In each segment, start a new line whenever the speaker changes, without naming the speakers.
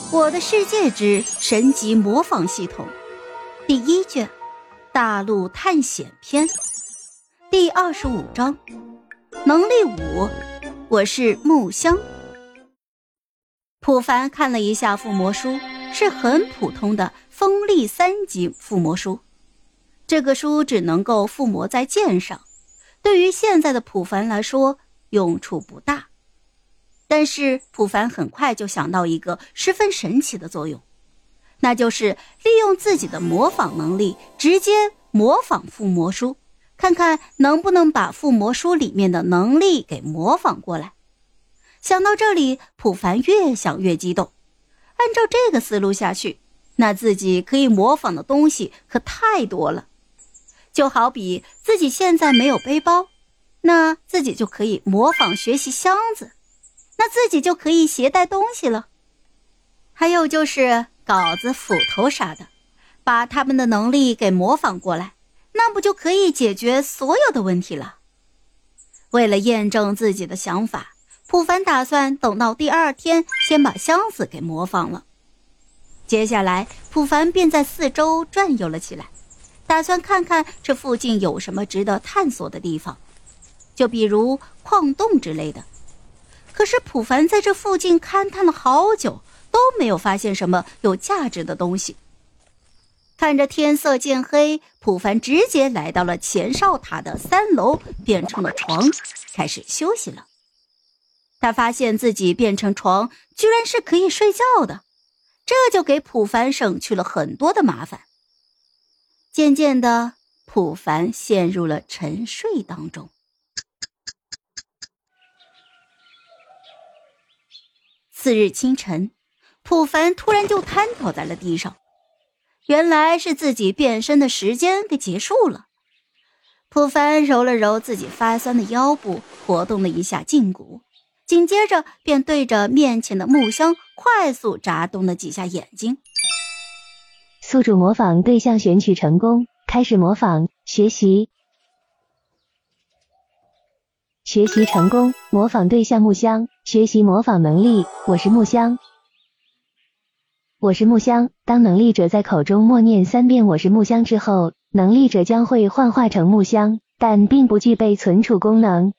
我的世界之神级模仿系统第1卷大陆探险篇第25章能力5，我是木香。普凡看了一下附魔书，是很普通的锋利3级附魔书，这个书只能够附魔在剑上，对于现在的普凡来说用处不大。但是普凡很快就想到一个十分神奇的作用，那就是利用自己的模仿能力直接模仿附魔书，看看能不能把附魔书里面的能力给模仿过来。想到这里，普凡越想越激动，按照这个思路下去，那自己可以模仿的东西可太多了。就好比自己现在没有背包，那自己就可以模仿学习箱子，那自己就可以携带东西了。还有就是镐子、斧头啥的，把他们的能力给模仿过来，那不就可以解决所有的问题了。为了验证自己的想法，普凡打算等到第2天先把箱子给模仿了。接下来普凡便在四周转悠了起来，打算看看这附近有什么值得探索的地方，就比如矿洞之类的。可是普凡在这附近勘探了好久，都没有发现什么有价值的东西。看着天色渐黑，普凡直接来到了前哨塔的3楼，变成了床，开始休息了。他发现自己变成床居然是可以睡觉的，这就给普凡省去了很多的麻烦。渐渐的，普凡陷入了沉睡当中。次日清晨，普凡突然就瘫倒在了地上，原来是自己变身的时间给结束了。普凡揉了揉自己发酸的腰部，活动了一下胫骨，紧接着便对着面前的木箱快速眨动了几下眼睛。
宿主模仿对象选取成功，开始模仿，学习成功，模仿对象木香，学习模仿能力，我是木香。我是木香，当能力者在口中默念3遍我是木香之后，能力者将会幻化成木香，但并不具备存储功能。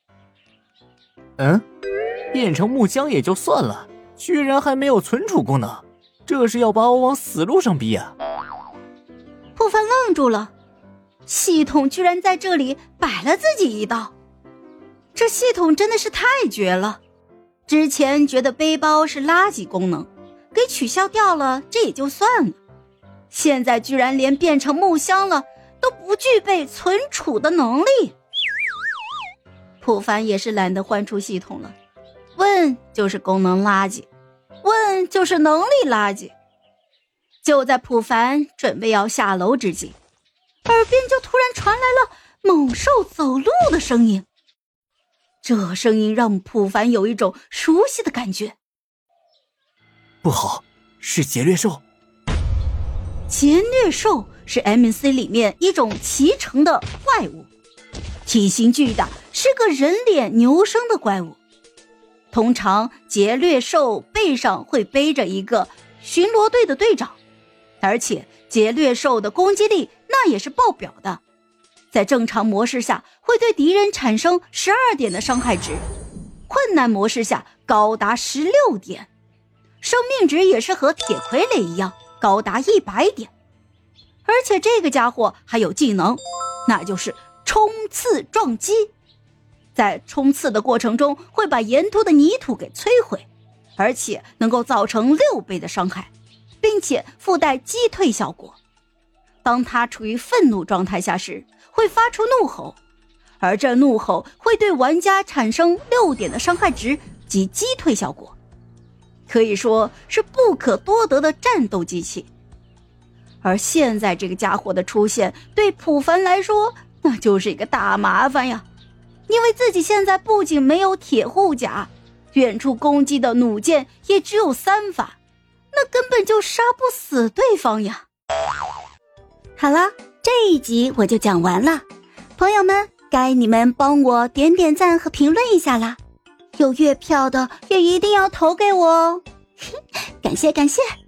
变成木香也就算了，居然还没有存储功能，这是要把我往死路上逼啊！
普凡愣住了，系统居然在这里摆了自己一道，这系统真的是太绝了。之前觉得背包是垃圾功能，给取消掉了，这也就算了，现在居然连变成木香了都不具备存储的能力。普凡也是懒得换出系统了，问就是功能垃圾，问就是能力垃圾。就在普凡准备要下楼之际，耳边就突然传来了猛兽走路的声音，这声音让普凡有一种熟悉的感觉。
不好，是劫掠兽。
劫掠兽是 MNC 里面一种骑乘的怪物，体型巨大，是个人脸牛身的怪物。通常劫掠兽背上会背着一个巡逻队的队长，而且劫掠兽的攻击力那也是爆表的，在正常模式下会对敌人产生12点的伤害值，困难模式下高达16点，生命值也是和铁傀儡一样高达100点。而且这个家伙还有技能，那就是冲刺撞击，在冲刺的过程中会把沿途的泥土给摧毁，而且能够造成6倍的伤害，并且附带击退效果。当他处于愤怒状态下时，会发出怒吼，而这怒吼会对玩家产生6点的伤害值及击退效果，可以说是不可多得的战斗机器。而现在这个家伙的出现对普凡来说那就是一个大麻烦呀，因为自己现在不仅没有铁护甲，远处攻击的弩箭也只有3发，那根本就杀不死对方呀。好了，这一集我就讲完了，朋友们，该你们帮我点点赞和评论一下啦，有月票的也一定要投给我哦。 感谢感谢。